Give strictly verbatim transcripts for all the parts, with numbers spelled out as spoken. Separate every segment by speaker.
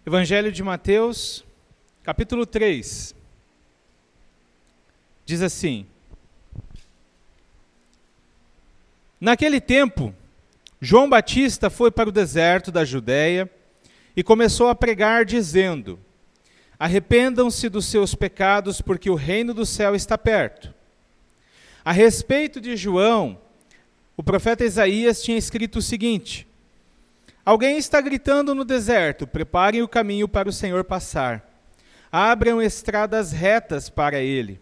Speaker 1: Evangelho de Mateus, capítulo três, diz assim: Naquele tempo, João Batista foi para o deserto da Judéia e começou a pregar, dizendo: Arrependam-se dos seus pecados, porque o reino do céu está perto. A respeito de João, o profeta Isaías tinha escrito o seguinte: Alguém está gritando no deserto, preparem o caminho para o Senhor passar. Abram estradas retas para ele.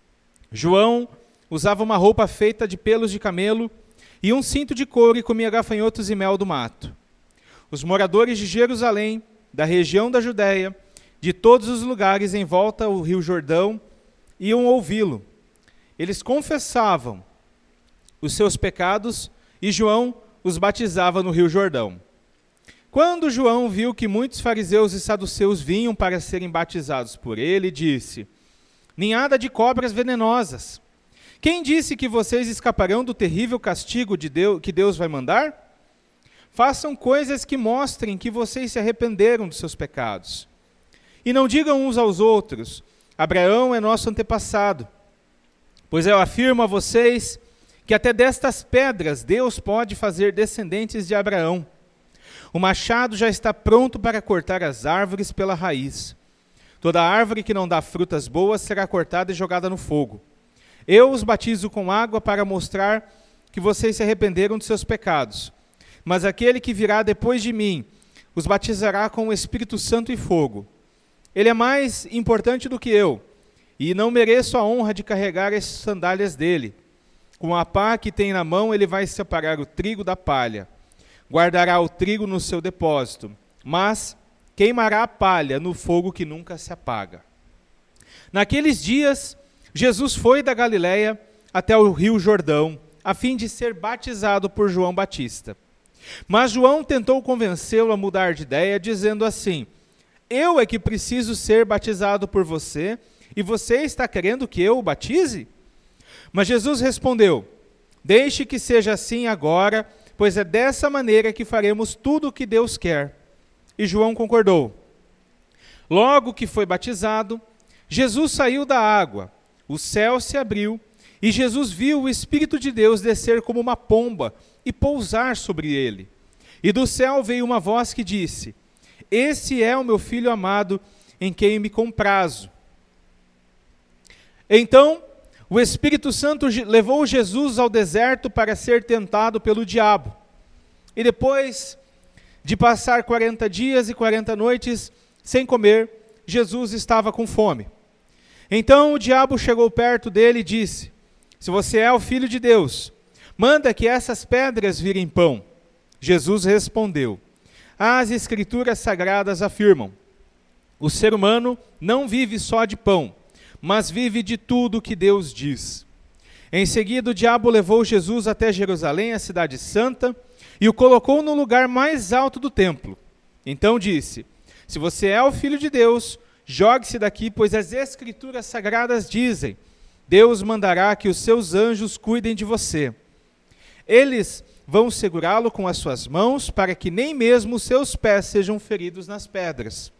Speaker 1: João usava uma roupa feita de pelos de camelo e um cinto de couro e comia gafanhotos e mel do mato. Os moradores de Jerusalém, da região da Judéia, de todos os lugares em volta ao rio Jordão, iam ouvi-lo. Eles confessavam os seus pecados e João os batizava no rio Jordão. Quando João viu que muitos fariseus e saduceus vinham para serem batizados por ele, disse: Ninhada de cobras venenosas! Quem disse que vocês escaparão do terrível castigo de Deus, que Deus vai mandar? Façam coisas que mostrem que vocês se arrependeram dos seus pecados. E não digam uns aos outros: Abraão é nosso antepassado. Pois eu afirmo a vocês que até destas pedras Deus pode fazer descendentes de Abraão. O machado já está pronto para cortar as árvores pela raiz. Toda árvore que não dá frutas boas será cortada e jogada no fogo. Eu os batizo com água para mostrar que vocês se arrependeram de seus pecados. Mas aquele que virá depois de mim os batizará com o Espírito Santo e fogo. Ele é mais importante do que eu, e não mereço a honra de carregar as sandálias dele. Com a pá que tem na mão, ele vai separar o trigo da palha. Guardará o trigo no seu depósito, mas queimará a palha no fogo que nunca se apaga. Naqueles dias, Jesus foi da Galiléia até o rio Jordão, a fim de ser batizado por João Batista. Mas João tentou convencê-lo a mudar de ideia, dizendo assim: Eu é que preciso ser batizado por você, e você está querendo que eu o batize? Mas Jesus respondeu: Deixe que seja assim agora, pois é dessa maneira que faremos tudo o que Deus quer. E João concordou. Logo que foi batizado, Jesus saiu da água, o céu se abriu, e Jesus viu o Espírito de Deus descer como uma pomba e pousar sobre ele. E do céu veio uma voz que disse: Esse é o meu Filho amado, em quem me comprazo. Então, o Espírito Santo levou Jesus ao deserto para ser tentado pelo diabo. E depois de passar quarenta dias e quarenta noites sem comer, Jesus estava com fome. Então o diabo chegou perto dele e disse: Se você é o Filho de Deus, manda que essas pedras virem pão. Jesus respondeu: As Escrituras Sagradas afirmam: O ser humano não vive só de pão, mas vive de tudo que Deus diz. Em seguida, o diabo levou Jesus até Jerusalém, a cidade santa, e o colocou no lugar mais alto do templo. Então disse: Se você é o Filho de Deus, jogue-se daqui, pois as Escrituras Sagradas dizem: Deus mandará que os seus anjos cuidem de você. Eles vão segurá-lo com as suas mãos, para que nem mesmo os seus pés sejam feridos nas pedras.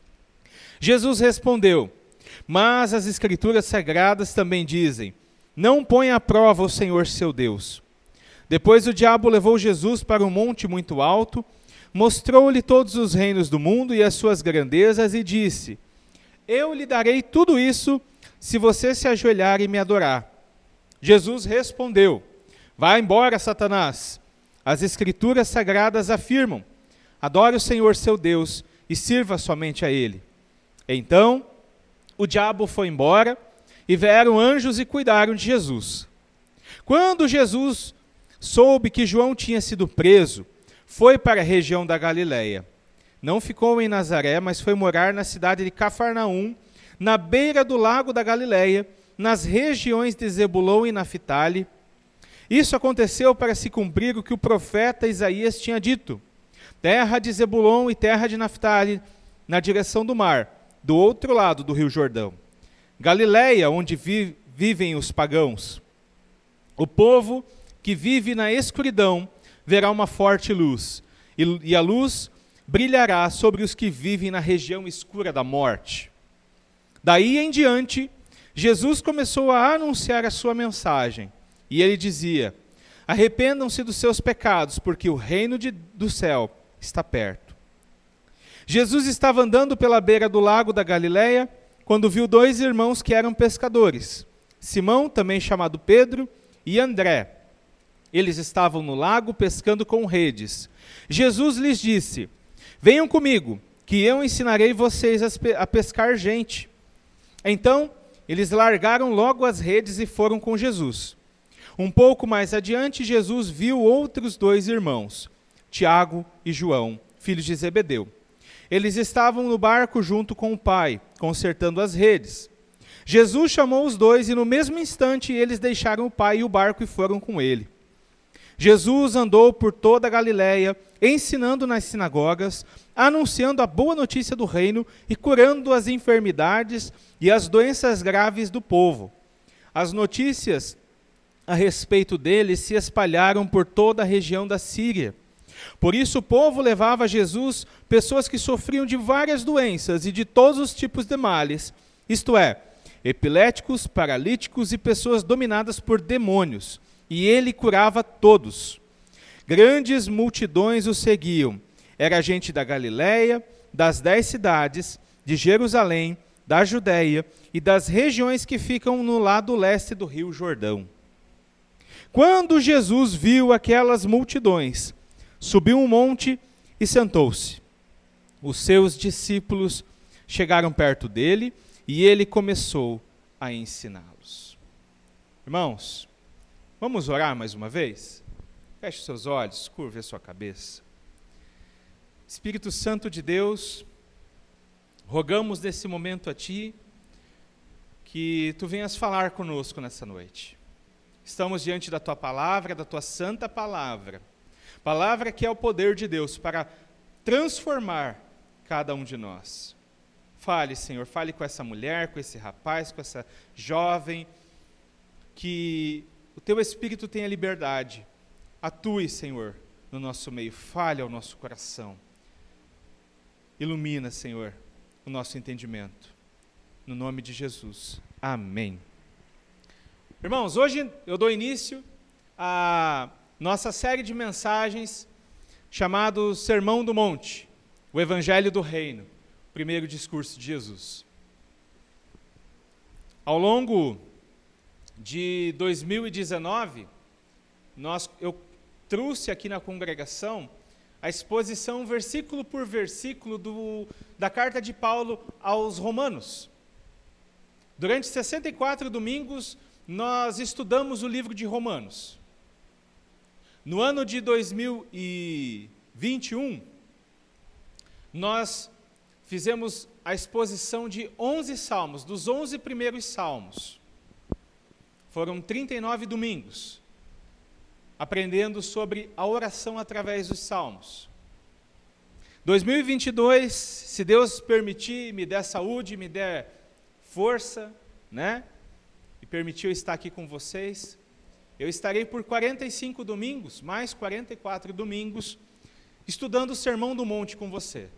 Speaker 1: Jesus respondeu: Mas as Escrituras Sagradas também dizem: Não ponha à prova o Senhor seu Deus. Depois o diabo levou Jesus para um monte muito alto, mostrou-lhe todos os reinos do mundo e as suas grandezas e disse: Eu lhe darei tudo isso se você se ajoelhar e me adorar. Jesus respondeu: Vá embora, Satanás. As Escrituras Sagradas afirmam: Adore o Senhor seu Deus e sirva somente a Ele. Então o diabo foi embora, e vieram anjos e cuidaram de Jesus. Quando Jesus soube que João tinha sido preso, foi para a região da Galiléia. Não ficou em Nazaré, mas foi morar na cidade de Cafarnaum, na beira do lago da Galiléia, nas regiões de Zebulon e Naphtali. Isso aconteceu para se cumprir o que o profeta Isaías tinha dito: Terra de Zebulon e terra de Naphtali, na direção do mar, do outro lado do rio Jordão. Galiléia, onde vi, vivem os pagãos. O povo que vive na escuridão verá uma forte luz, e, e a luz brilhará sobre os que vivem na região escura da morte. Daí em diante, Jesus começou a anunciar a sua mensagem, e ele dizia: arrependam-se dos seus pecados, porque o reino de, do céu está perto. Jesus estava andando pela beira do lago da Galileia, quando viu dois irmãos que eram pescadores, Simão, também chamado Pedro, e André. Eles estavam no lago pescando com redes. Jesus lhes disse: venham comigo, que eu ensinarei vocês a pescar gente. Então, eles largaram logo as redes e foram com Jesus. Um pouco mais adiante, Jesus viu outros dois irmãos, Tiago e João, filhos de Zebedeu. Eles estavam no barco junto com o pai, consertando as redes. Jesus chamou os dois e no mesmo instante eles deixaram o pai e o barco e foram com ele. Jesus andou por toda a Galileia, ensinando nas sinagogas, anunciando a boa notícia do reino e curando as enfermidades e as doenças graves do povo. As notícias a respeito dele se espalharam por toda a região da Síria. Por isso o povo levava a Jesus pessoas que sofriam de várias doenças e de todos os tipos de males, isto é, epiléticos, paralíticos e pessoas dominadas por demônios, e ele curava todos. Grandes multidões o seguiam. Era gente da Galileia, das dez cidades, de Jerusalém, da Judéia e das regiões que ficam no lado leste do rio Jordão. Quando Jesus viu aquelas multidões, subiu um monte e sentou-se. Os seus discípulos chegaram perto dele e ele começou a ensiná-los. Irmãos, vamos orar mais uma vez? Feche seus olhos, curve a sua cabeça. Espírito Santo de Deus, rogamos nesse momento a Ti que Tu venhas falar conosco nessa noite. Estamos diante da Tua palavra, da Tua santa palavra. Palavra que é o poder de Deus para transformar cada um de nós. Fale, Senhor, fale com essa mulher, com esse rapaz, com essa jovem, que o Teu Espírito tenha liberdade. Atue, Senhor, no nosso meio, fale ao nosso coração. Ilumina, Senhor, o nosso entendimento. No nome de Jesus. Amém. Irmãos, hoje eu dou início a nossa série de mensagens chamado Sermão do Monte, o Evangelho do Reino, o primeiro discurso de Jesus. Ao longo de dois mil e dezenove, nós, eu trouxe aqui na congregação a exposição versículo por versículo do, da carta de Paulo aos Romanos. Durante sessenta e quatro domingos, nós estudamos o livro de Romanos. No ano de dois mil e vinte e um, nós fizemos a exposição de onze salmos, dos onze primeiros salmos. Foram trinta e nove domingos, aprendendo sobre a oração através dos salmos. dois mil e vinte e dois, se Deus permitir, me der saúde, me der força, né? E permitiu estar aqui com vocês, eu estarei por quarenta e cinco domingos, mais quarenta e quatro domingos, estudando o Sermão do Monte com você.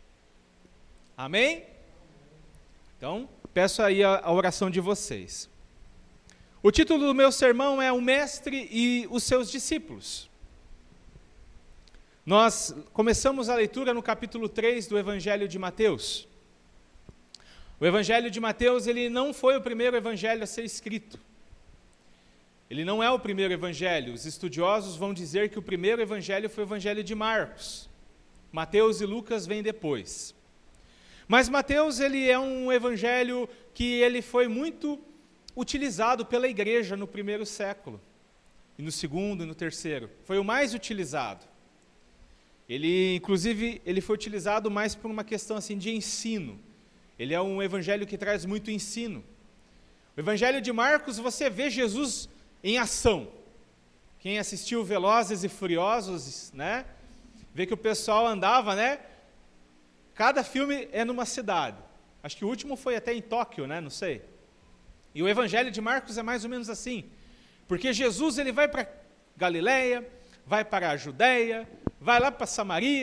Speaker 1: Amém? Então, peço aí a, a oração de vocês. O título do meu sermão é O Mestre e os seus discípulos. Nós começamos a leitura no capítulo três do Evangelho de Mateus. O Evangelho de Mateus, ele não foi o primeiro evangelho a ser escrito. Ele não é o primeiro evangelho. Os estudiosos vão dizer que o primeiro evangelho foi o Evangelho de Marcos. Mateus e Lucas vêm depois. Mas Mateus, ele é um evangelho que ele foi muito utilizado pela igreja no primeiro século, e no segundo e no terceiro. Foi o mais utilizado. Ele, inclusive, ele foi utilizado mais por uma questão assim, de ensino. Ele é um evangelho que traz muito ensino. O Evangelho de Marcos, você vê Jesus em ação. Quem assistiu Velozes e Furiosos, né, vê que o pessoal andava, né? Cada filme é numa cidade. Acho que o último foi até em Tóquio, né? Não sei. E o Evangelho de Marcos é mais ou menos assim. Porque Jesus, ele vai para Galileia, vai para a Judéia, vai lá para Samaria,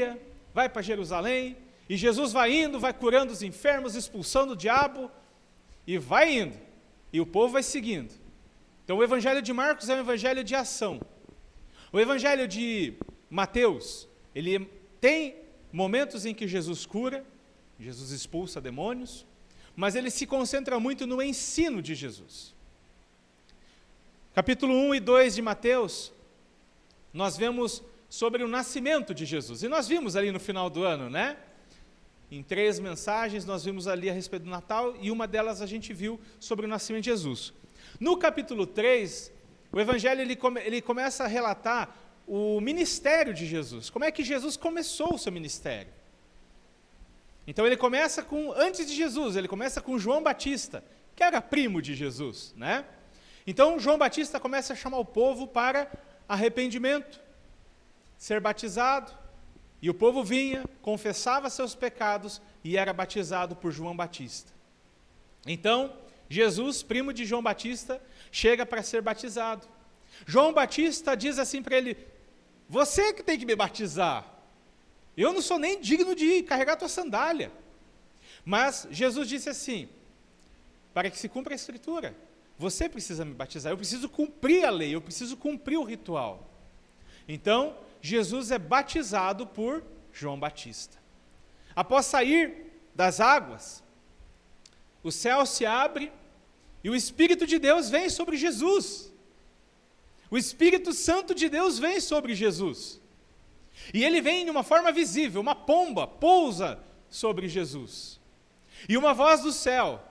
Speaker 1: vai para Jerusalém, e Jesus vai indo, vai curando os enfermos, expulsando o diabo, e vai indo, e o povo vai seguindo. Então o evangelho de Marcos é um evangelho de ação. O evangelho de Mateus, ele tem momentos em que Jesus cura, Jesus expulsa demônios, mas ele se concentra muito no ensino de Jesus. Capítulo um e dois de Mateus, nós vemos sobre o nascimento de Jesus. E nós vimos ali no final do ano, né? Em três mensagens, nós vimos ali a respeito do Natal, e uma delas a gente viu sobre o nascimento de Jesus. No capítulo três, o Evangelho ele come, ele começa a relatar o ministério de Jesus. Como é que Jesus começou o seu ministério? Então ele começa com, antes de Jesus, ele começa com João Batista, que era primo de Jesus, né? Então João Batista começa a chamar o povo para arrependimento, ser batizado, e o povo vinha, confessava seus pecados e era batizado por João Batista. Então, Jesus, primo de João Batista, chega para ser batizado. João Batista diz assim para ele: você que tem que me batizar, eu não sou nem digno de carregar tua sandália. Mas Jesus disse assim: para que se cumpra a Escritura, você precisa me batizar, eu preciso cumprir a lei, eu preciso cumprir o ritual. Então, Jesus é batizado por João Batista. Após sair das águas, o céu se abre e o Espírito de Deus vem sobre Jesus. O Espírito Santo de Deus vem sobre Jesus. E ele vem de uma forma visível, uma pomba pousa sobre Jesus. E uma voz do céu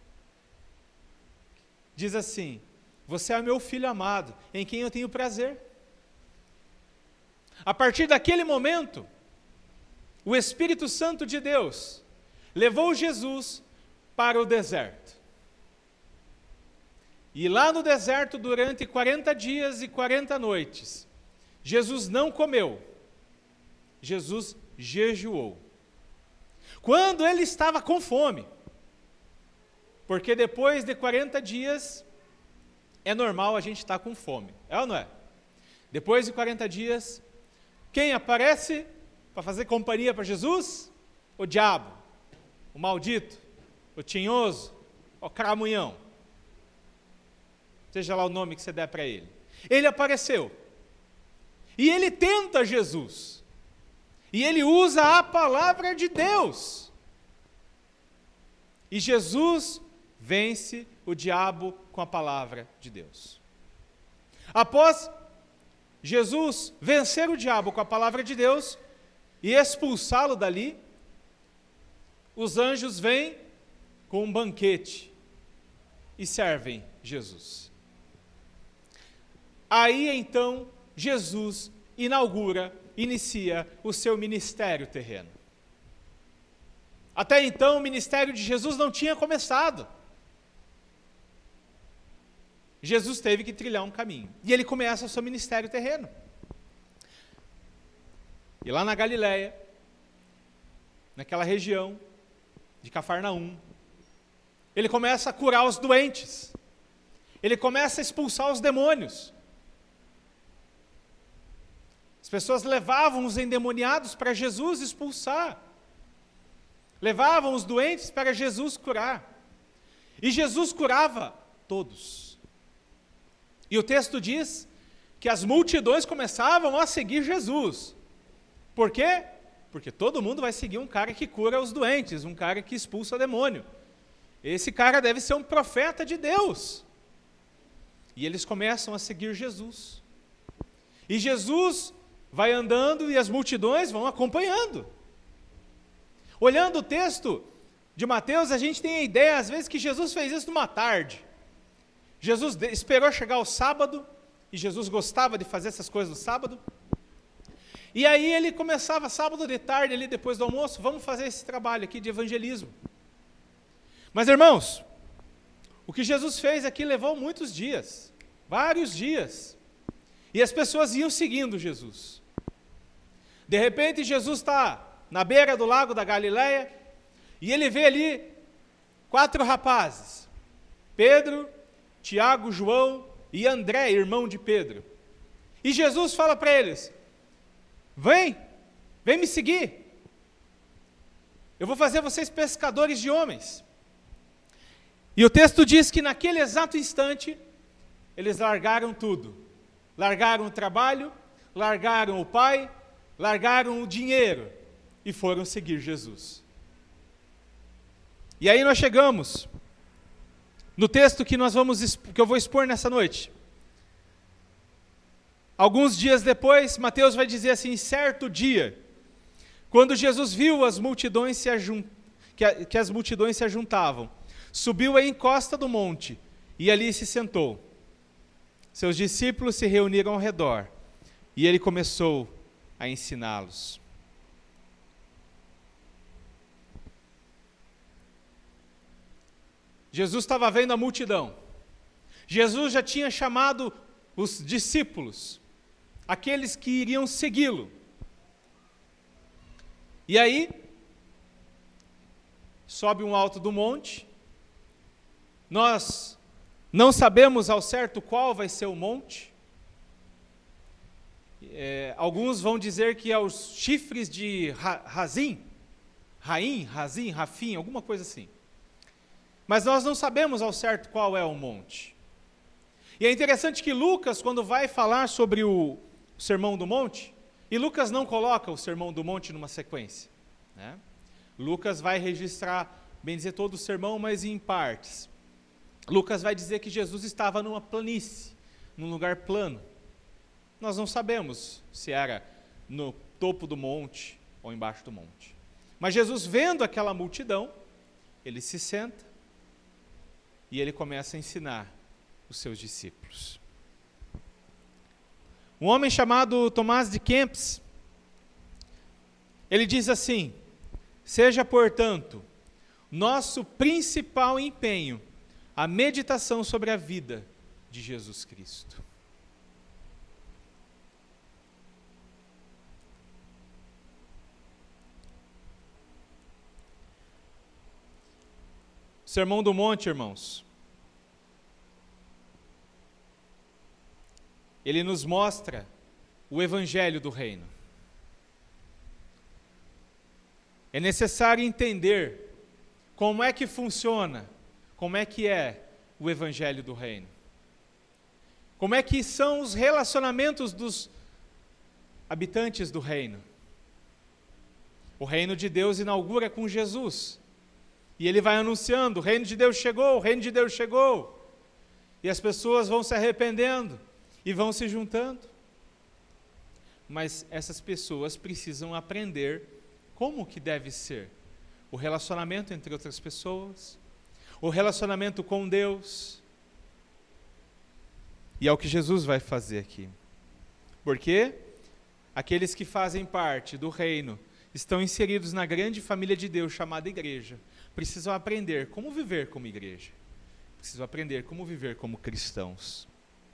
Speaker 1: diz assim: você é meu filho amado, em quem eu tenho prazer. A partir daquele momento, o Espírito Santo de Deus levou Jesus para o deserto. E lá no deserto, durante quarenta dias e quarenta noites, Jesus não comeu, Jesus jejuou. Quando ele estava com fome, porque depois de quarenta dias, é normal a gente estar com fome, é ou não é? Depois de quarenta dias, quem aparece para fazer companhia para Jesus? O diabo, o maldito, o tinhoso, o cramunhão. Seja lá o nome que você der para ele. Ele apareceu. E ele tenta Jesus. E ele usa a palavra de Deus. E Jesus vence o diabo com a palavra de Deus. Após Jesus vencer o diabo com a palavra de Deus e expulsá-lo dali, os anjos vêm com um banquete e servem Jesus. Aí então Jesus inaugura, inicia o seu ministério terreno. Até então o ministério de Jesus não tinha começado. Jesus teve que trilhar um caminho. E ele começa o seu ministério terreno. E lá na Galileia, naquela região de Cafarnaum, ele começa a curar os doentes. Ele começa a expulsar os demônios. As pessoas levavam os endemoniados para Jesus expulsar. Levavam os doentes para Jesus curar. E Jesus curava todos. E o texto diz que as multidões começavam a seguir Jesus. Por quê? Porque todo mundo vai seguir um cara que cura os doentes, um cara que expulsa demônio. Esse cara deve ser um profeta de Deus. E eles começam a seguir Jesus. E Jesus vai andando e as multidões vão acompanhando. Olhando o texto de Mateus, a gente tem a ideia, às vezes, que Jesus fez isso numa tarde. Jesus esperou chegar o sábado, e Jesus gostava de fazer essas coisas no sábado. E aí ele começava sábado de tarde, ali depois do almoço, vamos fazer esse trabalho aqui de evangelismo. Mas, irmãos, o que Jesus fez aqui levou muitos dias, vários dias. E as pessoas iam seguindo Jesus. De repente, Jesus está na beira do lago da Galileia, e ele vê ali quatro rapazes, Pedro, Tiago, João e André, irmão de Pedro. E Jesus fala para eles: vem, vem me seguir. Eu vou fazer vocês pescadores de homens. E o texto diz que naquele exato instante, eles largaram tudo. Largaram o trabalho, largaram o pai, largaram o dinheiro e foram seguir Jesus. E aí nós chegamos no texto que nós vamos que eu vou expor nessa noite. Alguns dias depois, Mateus vai dizer assim: certo dia, quando Jesus viu as multidões se ajun... que, a... que as multidões se ajuntavam, subiu à encosta do monte e ali se sentou. Seus discípulos se reuniram ao redor e ele começou a ensiná-los. Jesus estava vendo a multidão. Jesus já tinha chamado os discípulos, aqueles que iriam segui-lo. E aí, sobe um alto do monte. Nós não sabemos ao certo qual vai ser o monte. É, alguns vão dizer que é os chifres de Razim, Raim, Razim, Rafim, alguma coisa assim. Mas nós não sabemos ao certo qual é o monte. E é interessante que Lucas, quando vai falar sobre o Sermão do Monte, e Lucas não coloca o Sermão do Monte numa sequência, né? Lucas vai registrar, bem dizer, todo o sermão, mas em partes. Lucas vai dizer que Jesus estava numa planície, num lugar plano. Nós não sabemos se era no topo do monte ou embaixo do monte. Mas Jesus, vendo aquela multidão, ele se senta e ele começa a ensinar os seus discípulos. Um homem chamado Tomás de Kempis, ele diz assim: seja, portanto, nosso principal empenho a meditação sobre a vida de Jesus Cristo. Sermão do Monte, irmãos, ele nos mostra o evangelho do reino. É necessário entender como é que funciona, como é que é o evangelho do reino. Como é que são os relacionamentos dos habitantes do reino. O reino de Deus inaugura com Jesus. E ele vai anunciando: o reino de Deus chegou, o reino de Deus chegou. E as pessoas vão se arrependendo e vão se juntando. Mas essas pessoas precisam aprender como que deve ser o relacionamento entre outras pessoas, o relacionamento com Deus. E é o que Jesus vai fazer aqui. Porque aqueles que fazem parte do reino, estão inseridos na grande família de Deus chamada igreja, precisam aprender como viver como igreja. Precisam aprender como viver como cristãos.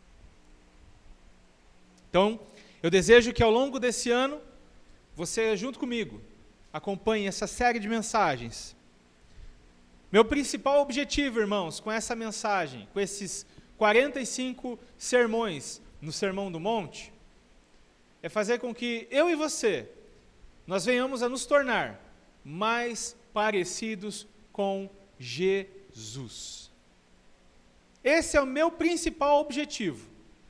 Speaker 1: Então, eu desejo que ao longo desse ano, você, junto comigo, acompanhe essa série de mensagens. Meu principal objetivo, irmãos, com essa mensagem, com esses quarenta e cinco sermões no Sermão do Monte, é fazer com que eu e você, nós venhamos a nos tornar mais parecidos com Jesus. Esse é o meu principal objetivo.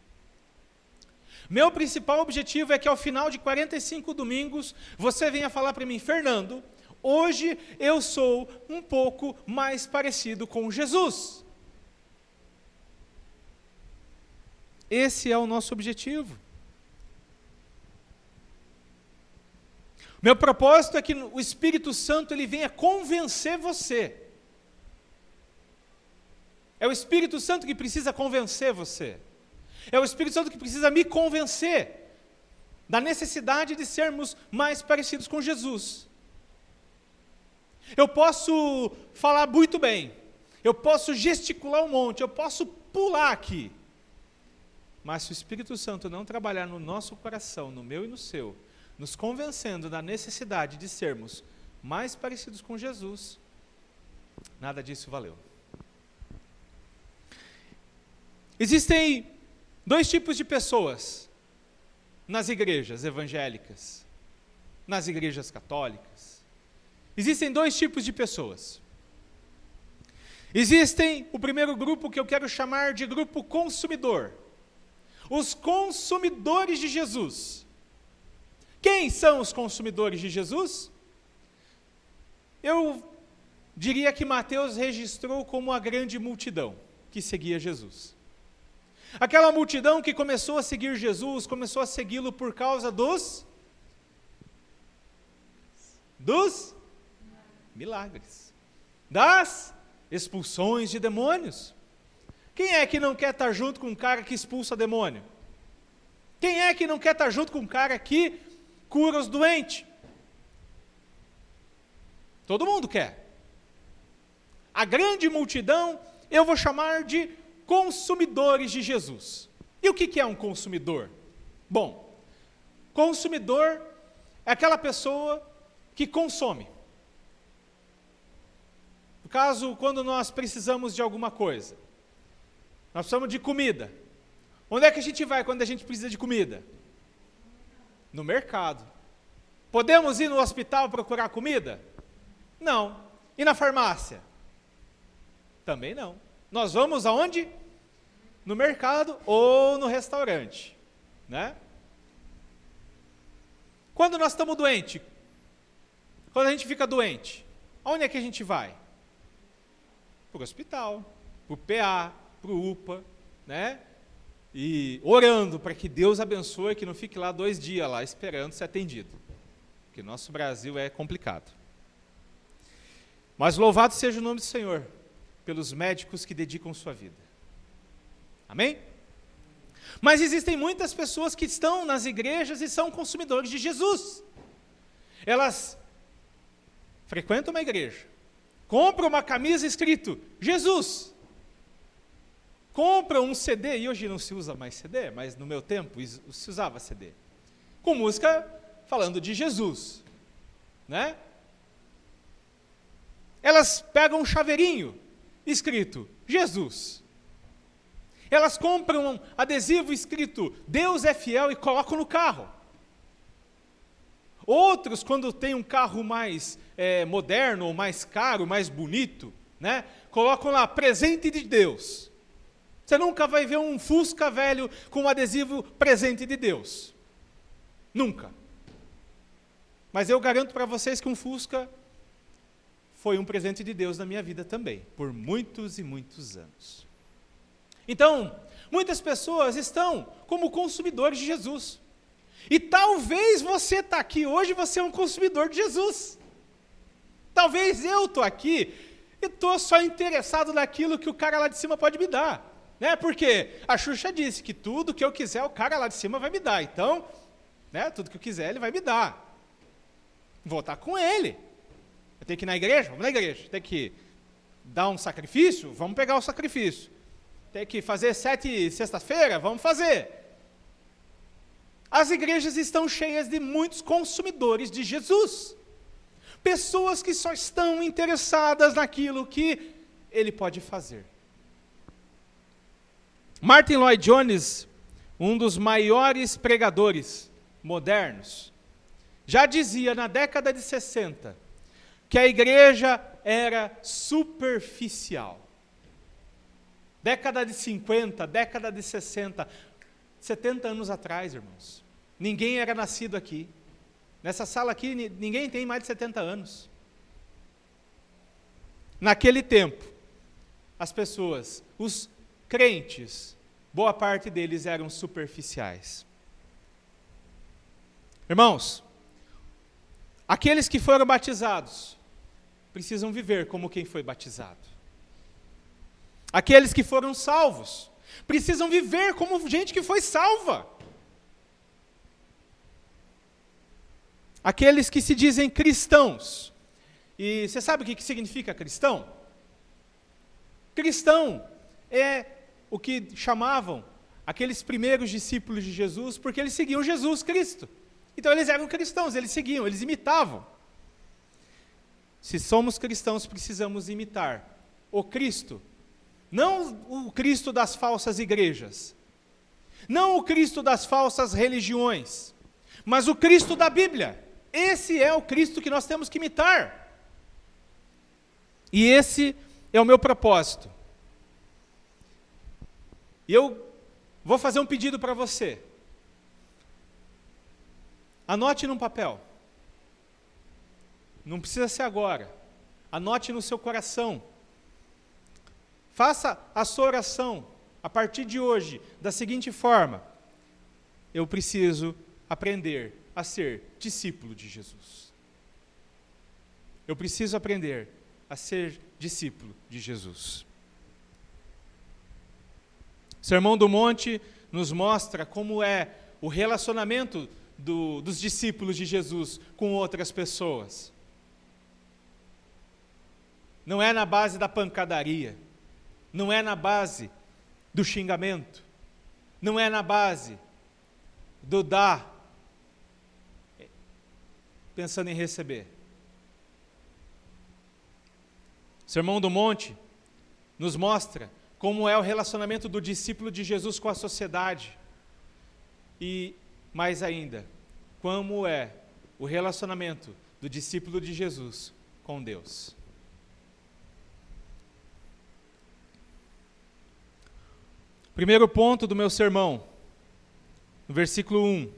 Speaker 1: Meu principal objetivo é que ao final de quarenta e cinco domingos, você venha falar para mim: Fernando, hoje eu sou um pouco mais parecido com Jesus. Esse é o nosso objetivo. Meu propósito é que o Espírito Santo ele venha convencer você. É o Espírito Santo que precisa convencer você. É o Espírito Santo que precisa me convencer da necessidade de sermos mais parecidos com Jesus. Eu posso falar muito bem, eu posso gesticular um monte, eu posso pular aqui. Mas se o Espírito Santo não trabalhar no nosso coração, no meu e no seu, nos convencendo da necessidade de sermos mais parecidos com Jesus, nada disso valeu. Existem dois tipos de pessoas nas igrejas evangélicas, nas igrejas católicas Existem dois tipos de pessoas. Existem o primeiro grupo que eu quero chamar de grupo consumidor. Os consumidores de Jesus. Quem são os consumidores de Jesus? Eu diria que Mateus registrou como a grande multidão que seguia Jesus. Aquela multidão que começou a seguir Jesus, começou a segui-lo por causa dos dos milagres, das expulsões de demônios. Quem é que não quer estar junto com um cara que expulsa demônio? Quem é que não quer estar junto com um cara que cura os doentes? Todo mundo quer. A grande multidão eu vou chamar de consumidores de Jesus. E o que é um consumidor? Bom, consumidor é aquela pessoa que consome. No caso, quando nós precisamos de alguma coisa, nós precisamos de comida. Onde é que a gente vai quando a gente precisa de comida? No mercado. Podemos ir no hospital procurar comida? Não. E na farmácia? Também não. Nós vamos aonde? No mercado ou no restaurante, né? Quando nós estamos doentes, quando a gente fica doente, aonde é que a gente vai? Para o hospital, para o P A, para o U P A, né? E orando para que Deus abençoe, que não fique lá dois dias lá esperando ser atendido. Porque nosso Brasil é complicado. Mas louvado seja o nome do Senhor, pelos médicos que dedicam sua vida. Amém? Mas existem muitas pessoas que estão nas igrejas e são consumidores de Jesus. Elas frequentam uma igreja, compram uma camisa escrito Jesus, compram um C D, e hoje não se usa mais C D, mas no meu tempo se usava C D, com música falando de Jesus, né? Elas pegam um chaveirinho escrito Jesus. Elas compram um adesivo escrito Deus é fiel e colocam no carro. Outros, quando tem um carro mais é, moderno, ou mais caro, mais bonito, né, colocam lá presente de Deus. Você nunca vai ver um Fusca velho com um adesivo presente de Deus. Nunca. Mas eu garanto para vocês que um Fusca foi um presente de Deus na minha vida também, por muitos e muitos anos. Então, muitas pessoas estão como consumidores de Jesus. E talvez você está aqui hoje, você é um consumidor de Jesus. Talvez eu estou aqui e estou só interessado naquilo que o cara lá de cima pode me dar. Né? Porque a Xuxa disse que tudo que eu quiser, o cara lá de cima vai me dar. Então, né, tudo que eu quiser, ele vai me dar. Vou estar com ele. Eu tenho que ir na igreja? Vamos na igreja. Tem que dar um sacrifício? Vamos pegar o sacrifício. Tem que fazer sete sexta-feira? Vamos fazer. As igrejas estão cheias de muitos consumidores de Jesus. Pessoas que só estão interessadas naquilo que ele pode fazer. Martin Lloyd Jones, um dos maiores pregadores modernos, já dizia na década de sessenta que a igreja era superficial. Década de cinquenta, década de sessenta, setenta anos atrás, irmãos. Ninguém era nascido aqui. Nessa sala aqui, ninguém tem mais de setenta anos. Naquele tempo, as pessoas, os crentes, boa parte deles eram superficiais. Irmãos, aqueles que foram batizados precisam viver como quem foi batizado. Aqueles que foram salvos precisam viver como gente que foi salva. Aqueles que se dizem cristãos. E você sabe o que significa cristão? Cristão é o que chamavam aqueles primeiros discípulos de Jesus, porque eles seguiam Jesus Cristo. Então eles eram cristãos, eles seguiam, eles imitavam. Se somos cristãos, precisamos imitar o Cristo. Não o Cristo das falsas igrejas, não o Cristo das falsas religiões, mas o Cristo da Bíblia. Esse é o Cristo que nós temos que imitar. E esse é o meu propósito. E eu vou fazer um pedido para você. Anote num papel. Não precisa ser agora. Anote no seu coração. Faça a sua oração a partir de hoje da seguinte forma: eu preciso aprender a ser discípulo de Jesus. Eu preciso aprender a ser discípulo de Jesus. O Sermão do Monte nos mostra como é o relacionamento do, dos discípulos de Jesus com outras pessoas. Não é na base da pancadaria, não é na base do xingamento, não é na base do dar, pensando em receber. O Sermão do Monte nos mostra como é o relacionamento do discípulo de Jesus com a sociedade. E, mais ainda, como é o relacionamento do discípulo de Jesus com Deus. Primeiro ponto do meu sermão, no versículo um.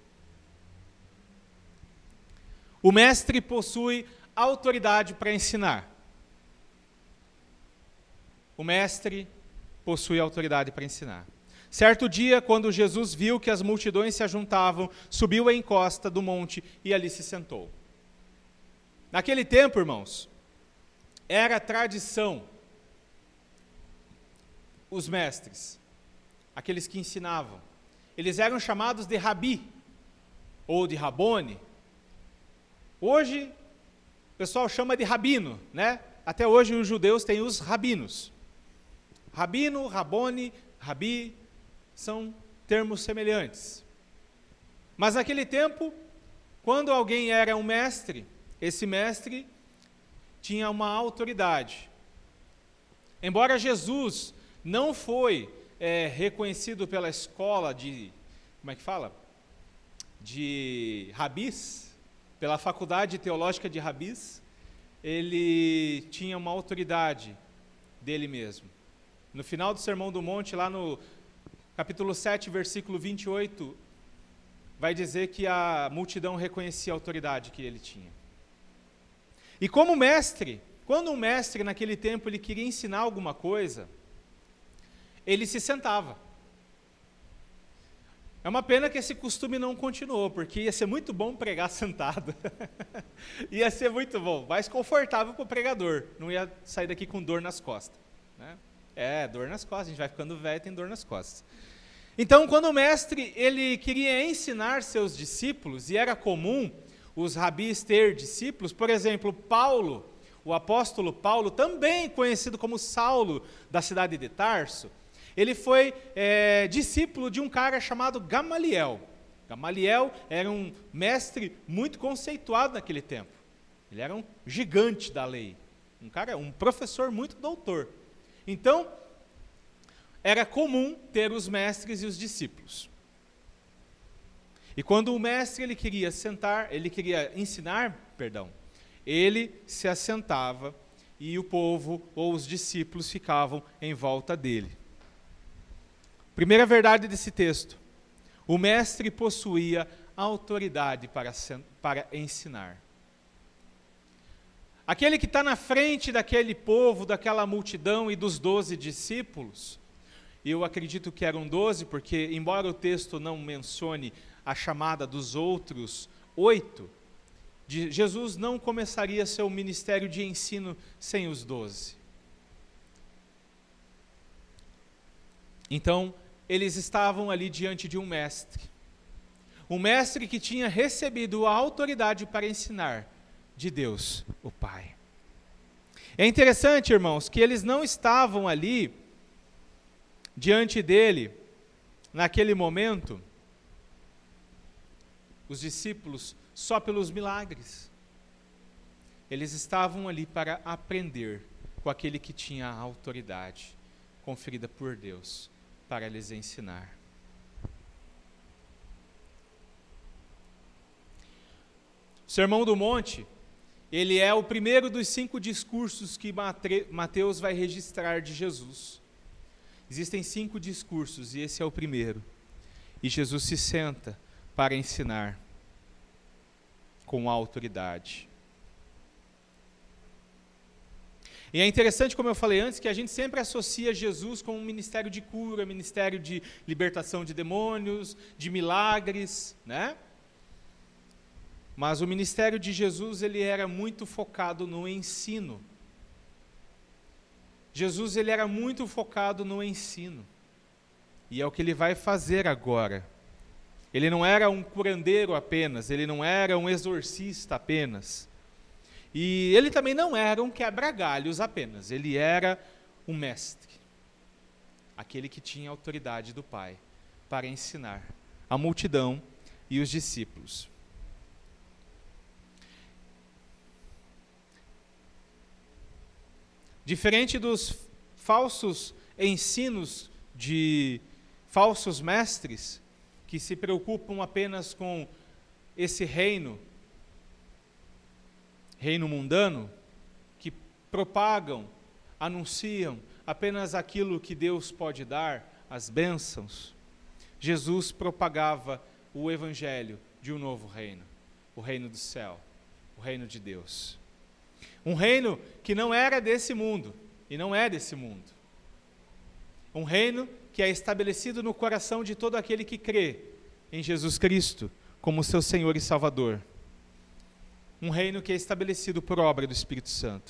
Speaker 1: O mestre possui autoridade para ensinar. O mestre possui autoridade para ensinar. Certo dia, quando Jesus viu que as multidões se ajuntavam, subiu a encosta do monte e ali se sentou. Naquele tempo, irmãos, era tradição os mestres, aqueles que ensinavam, eles eram chamados de rabi, ou de rabone. Hoje, o pessoal chama de rabino, né? Até hoje os judeus têm os rabinos. Rabino, rabone, rabi, são termos semelhantes. Mas naquele tempo, quando alguém era um mestre, esse mestre tinha uma autoridade. Embora Jesus não foi é, reconhecido pela escola de, como é que fala? De rabis, pela faculdade teológica de rabis, ele tinha uma autoridade dele mesmo. No final do Sermão do Monte, lá no capítulo sete, versículo vinte e oito, vai dizer que a multidão reconhecia a autoridade que ele tinha. E como mestre, quando um mestre naquele tempo ele queria ensinar alguma coisa, ele se sentava. É uma pena que esse costume não continuou, porque ia ser muito bom pregar sentado. Ia ser muito bom, mais confortável para o pregador, não ia sair daqui com dor nas costas, né? É, dor nas costas, a gente vai ficando velho e tem dor nas costas. Então, quando o mestre ele queria ensinar seus discípulos, e era comum os rabis ter discípulos, por exemplo, Paulo, o apóstolo Paulo, também conhecido como Saulo, da cidade de Tarso, ele foi é, discípulo de um cara chamado Gamaliel. Gamaliel era um mestre muito conceituado naquele tempo. Ele era um gigante da lei, um cara, um professor muito doutor. Então, era comum ter os mestres e os discípulos. E quando o mestre ele queria sentar, ele queria ensinar, perdão, ele se assentava e o povo ou os discípulos ficavam em volta dele. Primeira verdade desse texto: o mestre possuía autoridade para, para ensinar. Aquele que está na frente daquele povo, daquela multidão e dos doze discípulos, eu acredito que eram doze, porque embora o texto não mencione a chamada dos outros oito, de, Jesus não começaria seu ministério de ensino sem os doze. Então, eles estavam ali diante de um mestre. Um mestre que tinha recebido a autoridade para ensinar de Deus, o Pai. É interessante, irmãos, que eles não estavam ali, diante dele, naquele momento, os discípulos, só pelos milagres. Eles estavam ali para aprender com aquele que tinha a autoridade conferida por Deus para lhes ensinar. O Sermão do Monte, ele é o primeiro dos cinco discursos que Mateus vai registrar de Jesus. Existem cinco discursos e esse é o primeiro. E Jesus se senta para ensinar com autoridade. E é interessante, como eu falei antes, que a gente sempre associa Jesus com um ministério de cura, ministério de libertação de demônios, de milagres, né? Mas o ministério de Jesus, ele era muito focado no ensino. Jesus, ele era muito focado no ensino. E é o que ele vai fazer agora. Ele não era um curandeiro apenas, ele não era um exorcista apenas. E ele também não era um quebra-galhos apenas, ele era um mestre. Aquele que tinha autoridade do Pai para ensinar a multidão e os discípulos. Diferente dos falsos ensinos de falsos mestres, que se preocupam apenas com esse reino, reino mundano, que propagam, anunciam apenas aquilo que Deus pode dar, as bênçãos. Jesus propagava o evangelho de um novo reino, o reino do céu, o reino de Deus. Um reino que não era desse mundo, e não é desse mundo. Um reino que é estabelecido no coração de todo aquele que crê em Jesus Cristo como seu Senhor e Salvador. Um reino que é estabelecido por obra do Espírito Santo.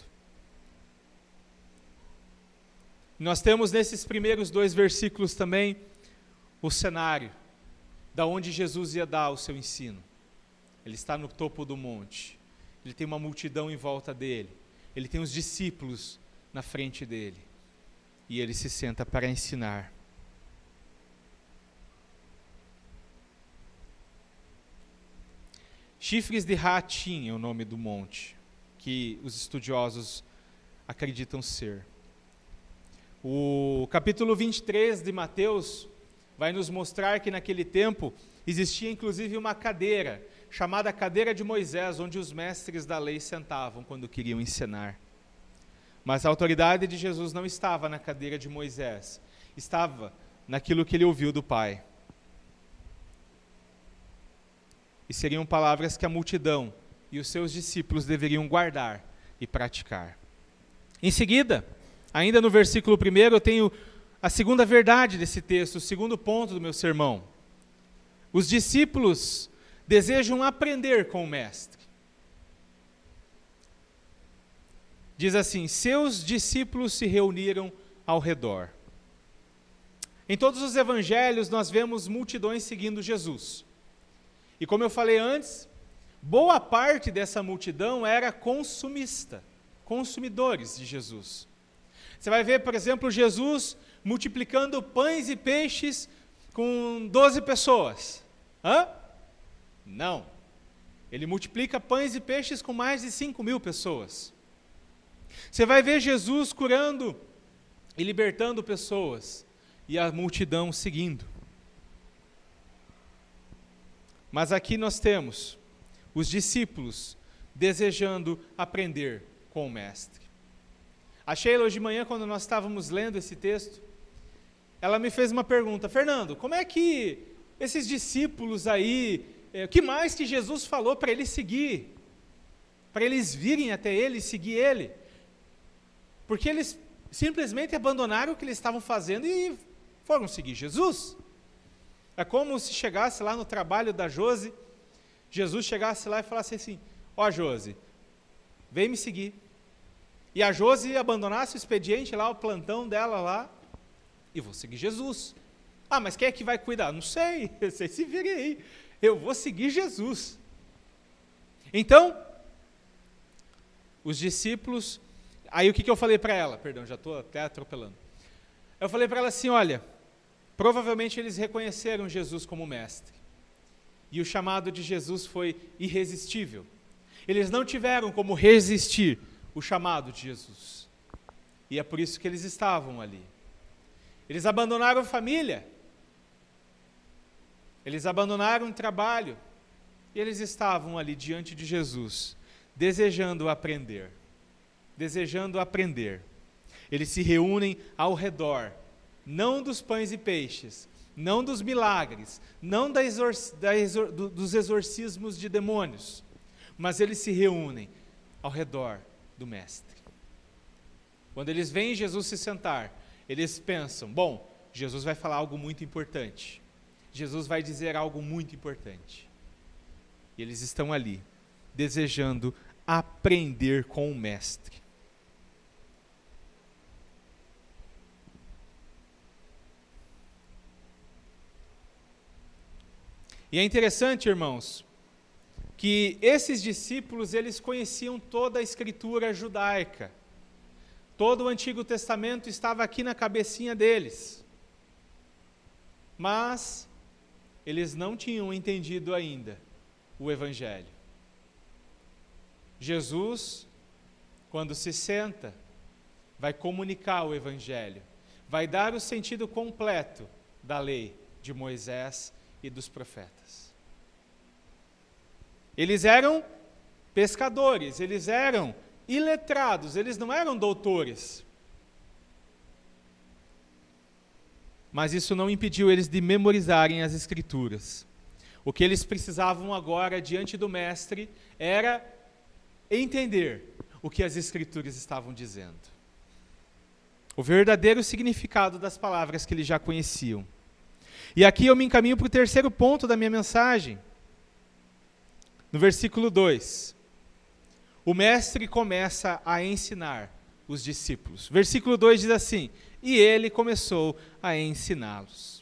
Speaker 1: Nós temos nesses primeiros dois versículos também o cenário da onde Jesus ia dar o seu ensino. Ele está no topo do monte. Ele tem uma multidão em volta dele. Ele tem os discípulos na frente dele. E ele se senta para ensinar. Chifres de Ratim é o nome do monte, que os estudiosos acreditam ser. O capítulo vinte e três de Mateus vai nos mostrar que naquele tempo existia inclusive uma cadeira, chamada cadeira de Moisés, onde os mestres da lei sentavam quando queriam ensinar. Mas a autoridade de Jesus não estava na cadeira de Moisés, estava naquilo que ele ouviu do Pai. E seriam palavras que a multidão e os seus discípulos deveriam guardar e praticar. Em seguida, ainda no versículo primeiro, eu tenho a segunda verdade desse texto, o segundo ponto do meu sermão. Os discípulos desejam aprender com o Mestre. Diz assim: seus discípulos se reuniram ao redor. Em todos os evangelhos nós vemos multidões seguindo Jesus. E como eu falei antes, boa parte dessa multidão era consumista, consumidores de Jesus. Você vai ver, por exemplo, Jesus multiplicando pães e peixes com doze pessoas. Hã? Não. Ele multiplica pães e peixes com mais de cinco mil pessoas. Você vai ver Jesus curando e libertando pessoas e a multidão seguindo. Mas aqui nós temos os discípulos desejando aprender com o Mestre. A Sheila, hoje de manhã, quando nós estávamos lendo esse texto, ela me fez uma pergunta: Fernando, como é que esses discípulos aí, o é, que mais que Jesus falou para eles seguir? Para eles virem até ele e seguir ele? Porque eles simplesmente abandonaram o que eles estavam fazendo e foram seguir Jesus. É como se chegasse lá no trabalho da Josi, Jesus chegasse lá e falasse assim: ó Josi, vem me seguir. E a Josi abandonasse o expediente lá, o plantão dela lá, e vou seguir Jesus. Ah, mas quem é que vai cuidar? Não sei, vocês se virem aí. Eu vou seguir Jesus. Então, os discípulos, aí o que, que eu falei para ela? Perdão, já estou até atropelando. Eu falei para ela assim: olha, provavelmente eles reconheceram Jesus como mestre. E o chamado de Jesus foi irresistível. Eles não tiveram como resistir o chamado de Jesus. E é por isso que eles estavam ali. Eles abandonaram família. Eles abandonaram o trabalho. E eles estavam ali diante de Jesus, desejando aprender. Desejando aprender. Eles se reúnem ao redor, não dos pães e peixes, não dos milagres, não da exor da exor do, dos exorcismos de demônios, mas eles se reúnem ao redor do Mestre. Quando eles veem Jesus se sentar, eles pensam, bom, Jesus vai falar algo muito importante. Jesus vai dizer algo muito importante. E eles estão ali, desejando aprender com o Mestre. E é interessante, irmãos, que esses discípulos, eles conheciam toda a escritura judaica. Todo o Antigo Testamento estava aqui na cabecinha deles. Mas eles não tinham entendido ainda o Evangelho. Jesus, quando se senta, vai comunicar o Evangelho, vai dar o sentido completo da lei de Moisés e dos profetas. Eles eram pescadores, eles eram iletrados, eles não eram doutores. Mas isso não impediu eles de memorizarem as Escrituras. O que eles precisavam agora, diante do Mestre, era entender o que as Escrituras estavam dizendo. O verdadeiro significado das palavras que eles já conheciam. E aqui eu me encaminho para o terceiro ponto da minha mensagem. No versículo dois. O Mestre começa a ensinar os discípulos. Versículo dois diz assim: e ele começou a ensiná-los.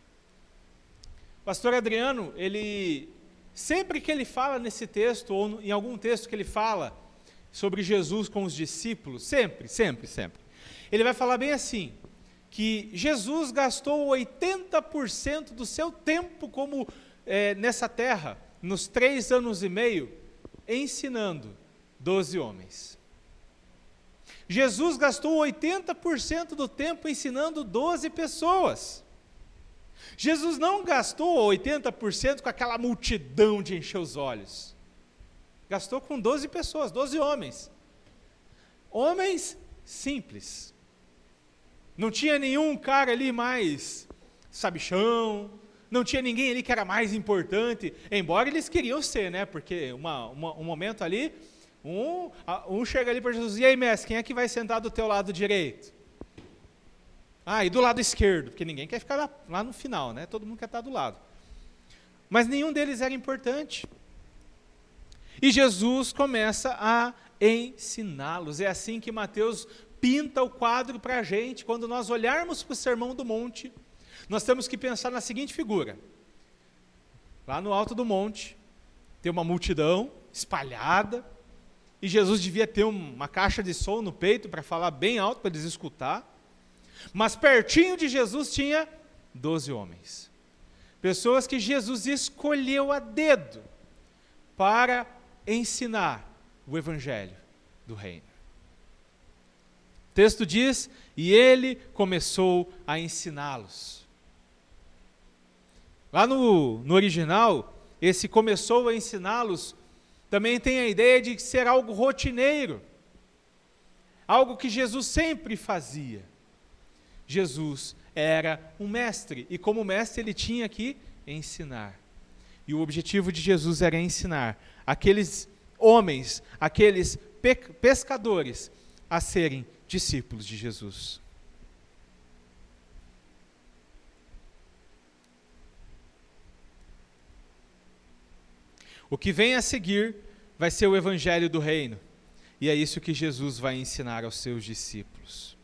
Speaker 1: Pastor Adriano, ele, sempre que ele fala nesse texto, ou em algum texto que ele fala sobre Jesus com os discípulos, sempre, sempre, sempre, ele vai falar bem assim, que Jesus gastou oitenta por cento do seu tempo como é, nessa terra, nos três anos e meio, ensinando doze homens. Jesus gastou oitenta por cento do tempo ensinando doze pessoas. Jesus não gastou oitenta por cento com aquela multidão de encher os olhos. Gastou com doze pessoas, doze homens. Homens simples. Não tinha nenhum cara ali mais sabichão, não tinha ninguém ali que era mais importante, embora eles queriam ser, né? Porque uma, uma, um momento ali, um, um chega ali para Jesus, e aí, mestre, quem é que vai sentar do teu lado direito? Ah, e do lado esquerdo, porque ninguém quer ficar lá, lá no final, né? Todo mundo quer estar do lado. Mas nenhum deles era importante. E Jesus começa a ensiná-los. É assim que Mateus pinta o quadro para a gente. Quando nós olharmos para o Sermão do Monte, nós temos que pensar na seguinte figura. Lá no alto do monte, tem uma multidão espalhada, e Jesus devia ter uma caixa de som no peito para falar bem alto para eles escutar. Mas pertinho de Jesus tinha doze homens. Pessoas que Jesus escolheu a dedo para ensinar o Evangelho do Reino. O texto diz, e ele começou a ensiná-los. Lá no, no original, esse começou a ensiná-los, também tem a ideia de ser algo rotineiro. Algo que Jesus sempre fazia. Jesus era um mestre, e como mestre ele tinha que ensinar. E o objetivo de Jesus era ensinar aqueles homens, aqueles pe pescadores, a serem discípulos de Jesus. O que vem a seguir vai ser o Evangelho do Reino, e é isso que Jesus vai ensinar aos seus discípulos.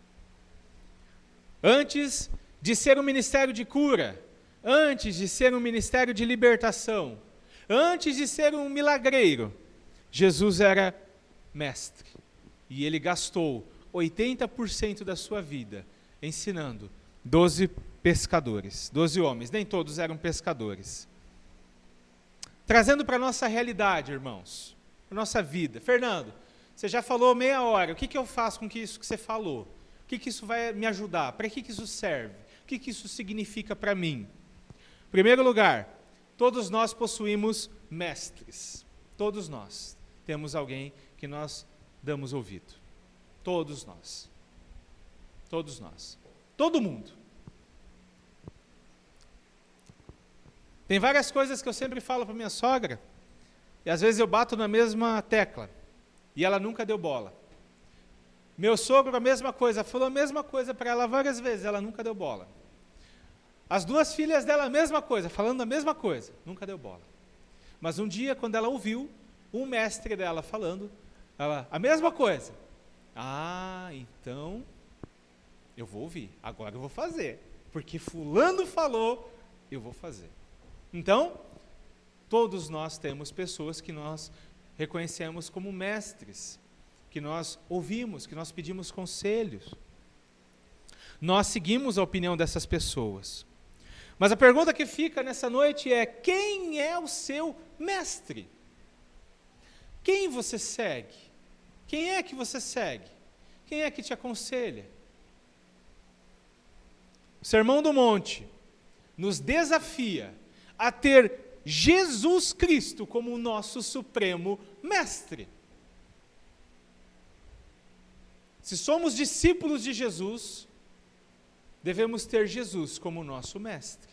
Speaker 1: Antes de ser um ministério de cura, antes de ser um ministério de libertação, antes de ser um milagreiro, Jesus era mestre. E ele gastou oitenta por cento da sua vida ensinando doze pescadores, doze homens, nem todos eram pescadores. Trazendo para a nossa realidade, irmãos, para a nossa vida. Fernando, você já falou meia hora, o que, que eu faço com isso que você falou? O que, que isso vai me ajudar? Para que, que isso serve? O que, que isso significa para mim? Em primeiro lugar, todos nós possuímos mestres. Todos nós. temos alguém que nós damos ouvido. Todos nós. Todos nós. Todo mundo. Tem várias coisas que eu sempre falo para minha sogra, e às vezes eu bato na mesma tecla, e ela nunca deu bola. Meu sogro, a mesma coisa, falou a mesma coisa para ela várias vezes, ela nunca deu bola. As duas filhas dela, a mesma coisa, falando a mesma coisa, nunca deu bola. Mas um dia, quando ela ouviu um mestre dela falando, ela, a mesma coisa. Ah, então, eu vou ouvir, agora eu vou fazer, porque fulano falou, eu vou fazer. Então, todos nós temos pessoas que nós reconhecemos como mestres, que nós ouvimos, que nós pedimos conselhos. Nós seguimos a opinião dessas pessoas. Mas a pergunta que fica nessa noite é: quem é o seu mestre? Quem você segue? Quem é que você segue? Quem é que te aconselha? O Sermão do Monte nos desafia a ter Jesus Cristo como o nosso supremo mestre. Se somos discípulos de Jesus, devemos ter Jesus como nosso mestre.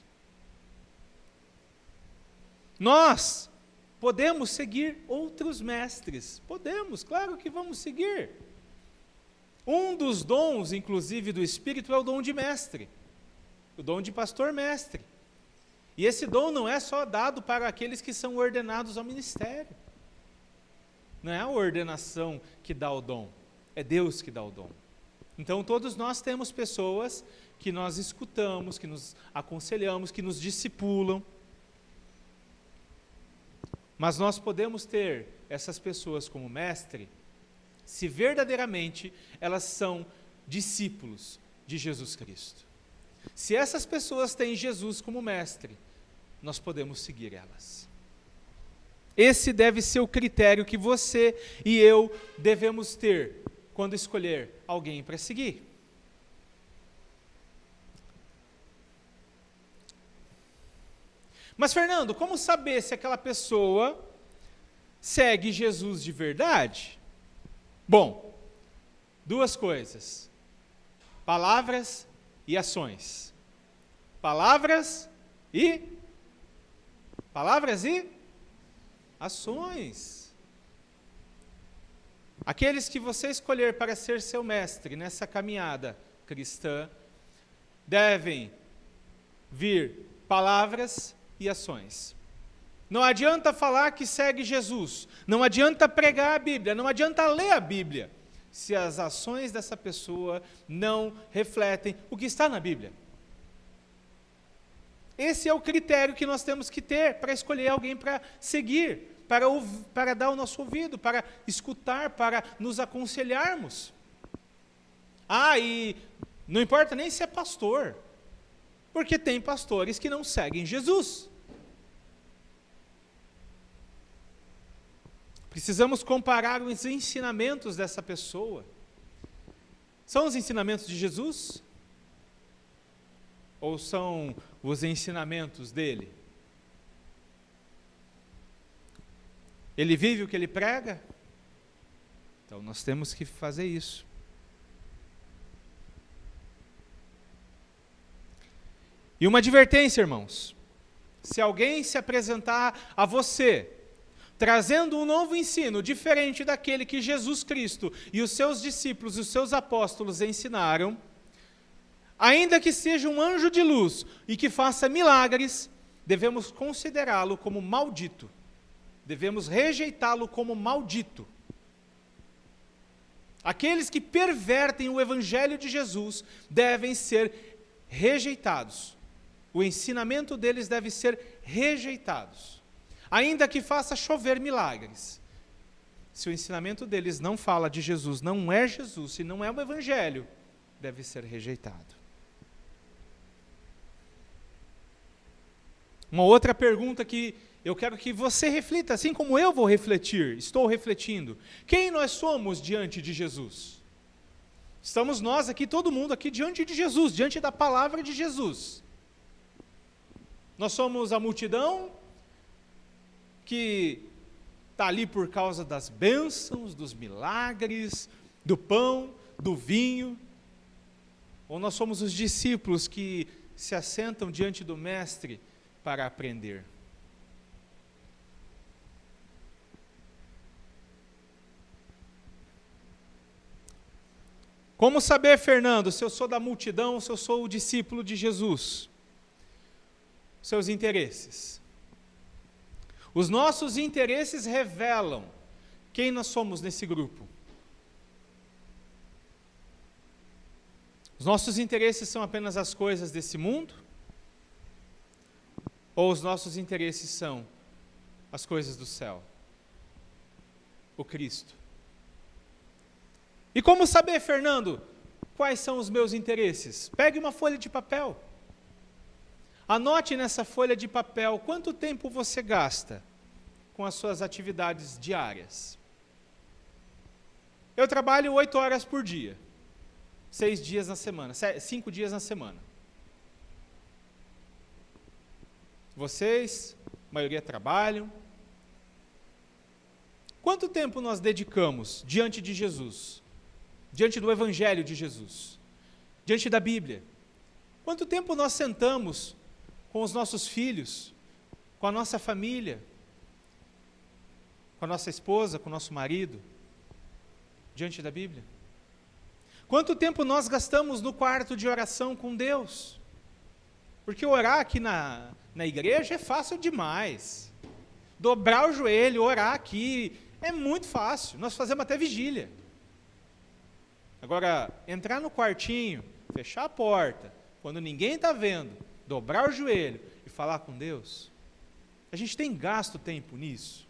Speaker 1: Nós podemos seguir outros mestres. Podemos, claro que vamos seguir. Um dos dons, inclusive, do Espírito é o dom de mestre. O dom de pastor-mestre. E esse dom não é só dado para aqueles que são ordenados ao ministério. Não é a ordenação que dá o dom, é Deus que dá o dom. Então todos nós temos pessoas que nós escutamos, que nos aconselhamos, que nos discipulam. Mas nós podemos ter essas pessoas como mestre, se verdadeiramente elas são discípulos de Jesus Cristo. Se essas pessoas têm Jesus como mestre, nós podemos seguir elas. Esse deve ser o critério que você e eu devemos ter quando escolher alguém para seguir. Mas, Fernando, como saber se aquela pessoa segue Jesus de verdade? Bom, duas coisas: palavras e ações. Palavras e palavras e ações. Aqueles que você escolher para ser seu mestre nessa caminhada cristã devem vir palavras e ações. Não adianta falar que segue Jesus, não adianta pregar a Bíblia, não adianta ler a Bíblia, se as ações dessa pessoa não refletem o que está na Bíblia. Esse é o critério que nós temos que ter para escolher alguém para seguir, para, para dar o nosso ouvido, para escutar, para nos aconselharmos. Ah, e não importa nem se é pastor, porque tem pastores que não seguem Jesus. Precisamos comparar os ensinamentos dessa pessoa. São os ensinamentos de Jesus? Ou são os ensinamentos dele? Ele vive o que ele prega? Então nós temos que fazer isso. E uma advertência, irmãos: se alguém se apresentar a você trazendo um novo ensino diferente daquele que Jesus Cristo e os seus discípulos, os seus apóstolos ensinaram, ainda que seja um anjo de luz e que faça milagres, devemos considerá-lo como maldito. Devemos rejeitá-lo como maldito. Aqueles que pervertem o evangelho de Jesus devem ser rejeitados. O ensinamento deles deve ser rejeitado. Ainda que faça chover milagres. Se o ensinamento deles não fala de Jesus, não é Jesus, se não é o evangelho, deve ser rejeitado. Uma outra pergunta que eu quero que você reflita, assim como eu vou refletir, estou refletindo. Quem nós somos diante de Jesus? Estamos nós aqui, todo mundo aqui, diante de Jesus, diante da palavra de Jesus. Nós somos a multidão que está ali por causa das bênçãos, dos milagres, do pão, do vinho? Ou nós somos os discípulos que se assentam diante do Mestre para aprender? Como saber, Fernando, se eu sou da multidão ou se eu sou o discípulo de Jesus? Seus interesses. Os nossos interesses revelam quem nós somos nesse grupo. Os nossos interesses são apenas as coisas desse mundo? Ou os nossos interesses são as coisas do céu? O Cristo. E como saber, Fernando, quais são os meus interesses? Pegue uma folha de papel. Anote nessa folha de papel quanto tempo você gasta com as suas atividades diárias. Eu trabalho oito horas por dia, seis dias na semana, cinco dias na semana. Vocês, a maioria trabalham. Quanto tempo nós dedicamos diante de Jesus? Diante do Evangelho de Jesus, diante da Bíblia? Quanto tempo nós sentamos com os nossos filhos, com a nossa família, com a nossa esposa, com o nosso marido, diante da Bíblia? Quanto tempo nós gastamos no quarto de oração com Deus? Porque orar aqui na, na igreja é fácil demais. Dobrar o joelho, orar aqui, é muito fácil. Nós fazemos até vigília. Agora, entrar no quartinho, fechar a porta, quando ninguém está vendo, dobrar o joelho e falar com Deus, a gente tem gasto tempo nisso.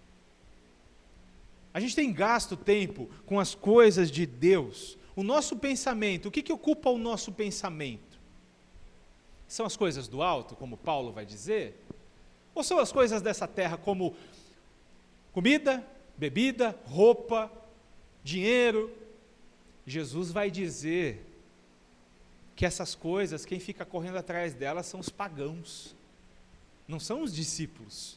Speaker 1: A gente tem gasto tempo com as coisas de Deus. O nosso pensamento, o que, que ocupa o nosso pensamento? São as coisas do alto, como Paulo vai dizer? Ou são as coisas dessa terra, como comida, bebida, roupa, dinheiro? Jesus vai dizer que essas coisas, quem fica correndo atrás delas são os pagãos, não são os discípulos.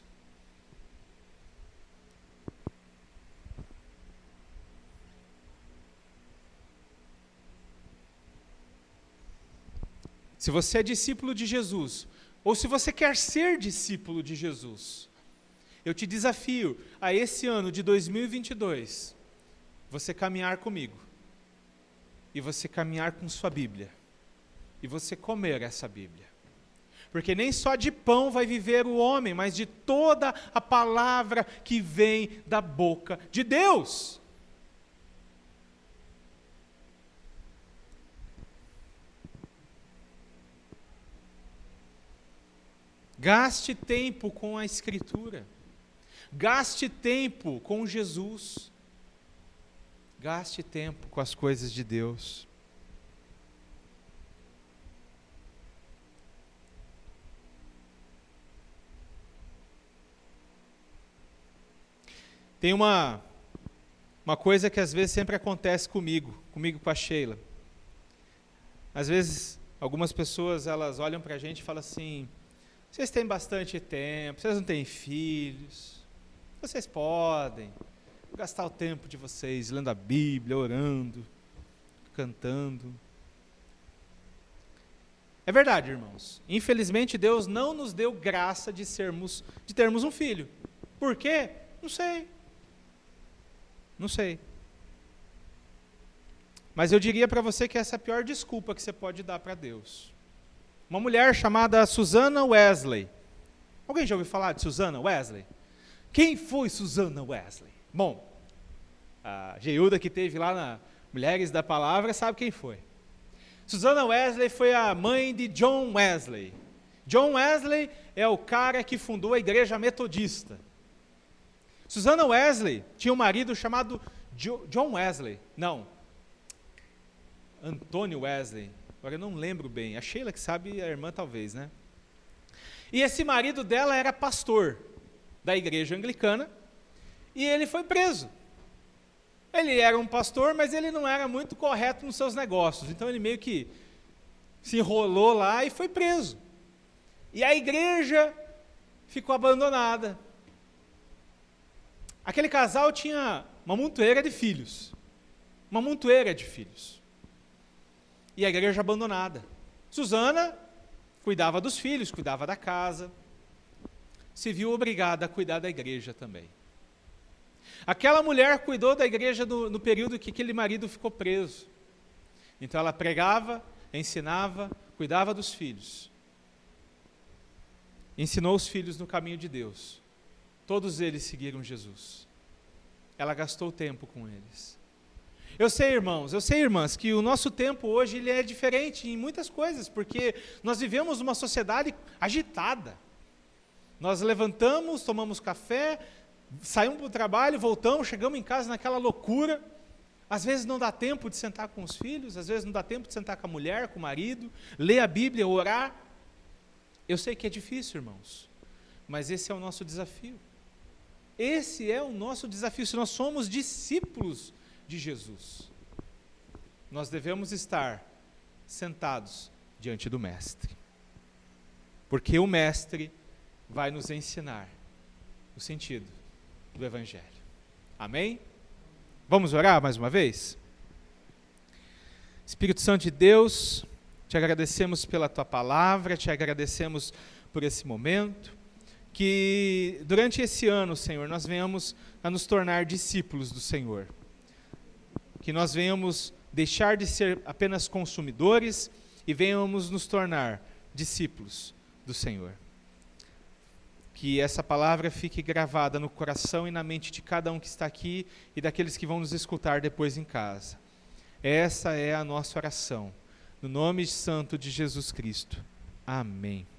Speaker 1: Se você é discípulo de Jesus, ou se você quer ser discípulo de Jesus, eu te desafio a esse ano de dois mil e vinte e dois, você caminhar comigo, e você caminhar com sua Bíblia, e você comer essa Bíblia. Porque nem só de pão vai viver o homem, mas de toda a palavra que vem da boca de Deus. Gaste tempo com a Escritura. Gaste tempo com Jesus. Gaste tempo com as coisas de Deus. Tem uma, uma coisa que às vezes sempre acontece comigo, comigo com a Sheila. Às vezes, algumas pessoas, elas olham para a gente e falam assim: vocês têm bastante tempo, vocês não têm filhos, vocês podem gastar o tempo de vocês lendo a Bíblia, orando, cantando. É verdade, irmãos. Infelizmente, Deus não nos deu graça de sermos, de termos um filho. Por quê? Não sei. Não sei. Mas eu diria para você que essa é a pior desculpa que você pode dar para Deus. Uma mulher chamada Susannah Wesley. Alguém já ouviu falar de Susannah Wesley? Quem foi Susannah Wesley? Bom, a Geilda que teve lá na Mulheres da Palavra sabe quem foi. Susannah Wesley foi a mãe de John Wesley. John Wesley é o cara que fundou a igreja metodista. Susannah Wesley tinha um marido chamado jo- John Wesley. Não, Antônio Wesley. Agora eu não lembro bem. A Sheila que sabe, a irmã talvez, né? E esse marido dela era pastor da igreja anglicana e ele foi preso. Ele era um pastor, mas ele não era muito correto nos seus negócios. Então ele meio que se enrolou lá e foi preso. E a igreja ficou abandonada. Aquele casal tinha uma montoeira de filhos. Uma montoeira de filhos. E a igreja abandonada. Susana cuidava dos filhos, cuidava da casa. Se viu obrigada a cuidar da igreja também. Aquela mulher cuidou da igreja no, no período que aquele marido ficou preso. Então ela pregava, ensinava, cuidava dos filhos. Ensinou os filhos no caminho de Deus. Todos eles seguiram Jesus. Ela gastou tempo com eles. Eu sei, irmãos, eu sei, irmãs, que o nosso tempo hoje ele é diferente em muitas coisas, porque nós vivemos uma sociedade agitada. Nós levantamos, tomamos café, saímos para o trabalho, voltamos, chegamos em casa naquela loucura. Às vezes não dá tempo de sentar com os filhos, às vezes não dá tempo de sentar com a mulher, com o marido, ler a Bíblia, orar. Eu sei que é difícil, irmãos, mas esse é o nosso desafio. Esse é o nosso desafio. Se nós somos discípulos de Jesus, nós devemos estar sentados diante do Mestre, porque o Mestre vai nos ensinar o sentido do Evangelho. Amém? Vamos orar mais uma vez? Espírito Santo de Deus, te agradecemos pela tua palavra, te agradecemos por esse momento, que durante esse ano, Senhor, nós venhamos a nos tornar discípulos do Senhor, que nós venhamos deixar de ser apenas consumidores e venhamos nos tornar discípulos do Senhor. Que essa palavra fique gravada no coração e na mente de cada um que está aqui e daqueles que vão nos escutar depois em casa. Essa é a nossa oração. No nome santo de Jesus Cristo. Amém.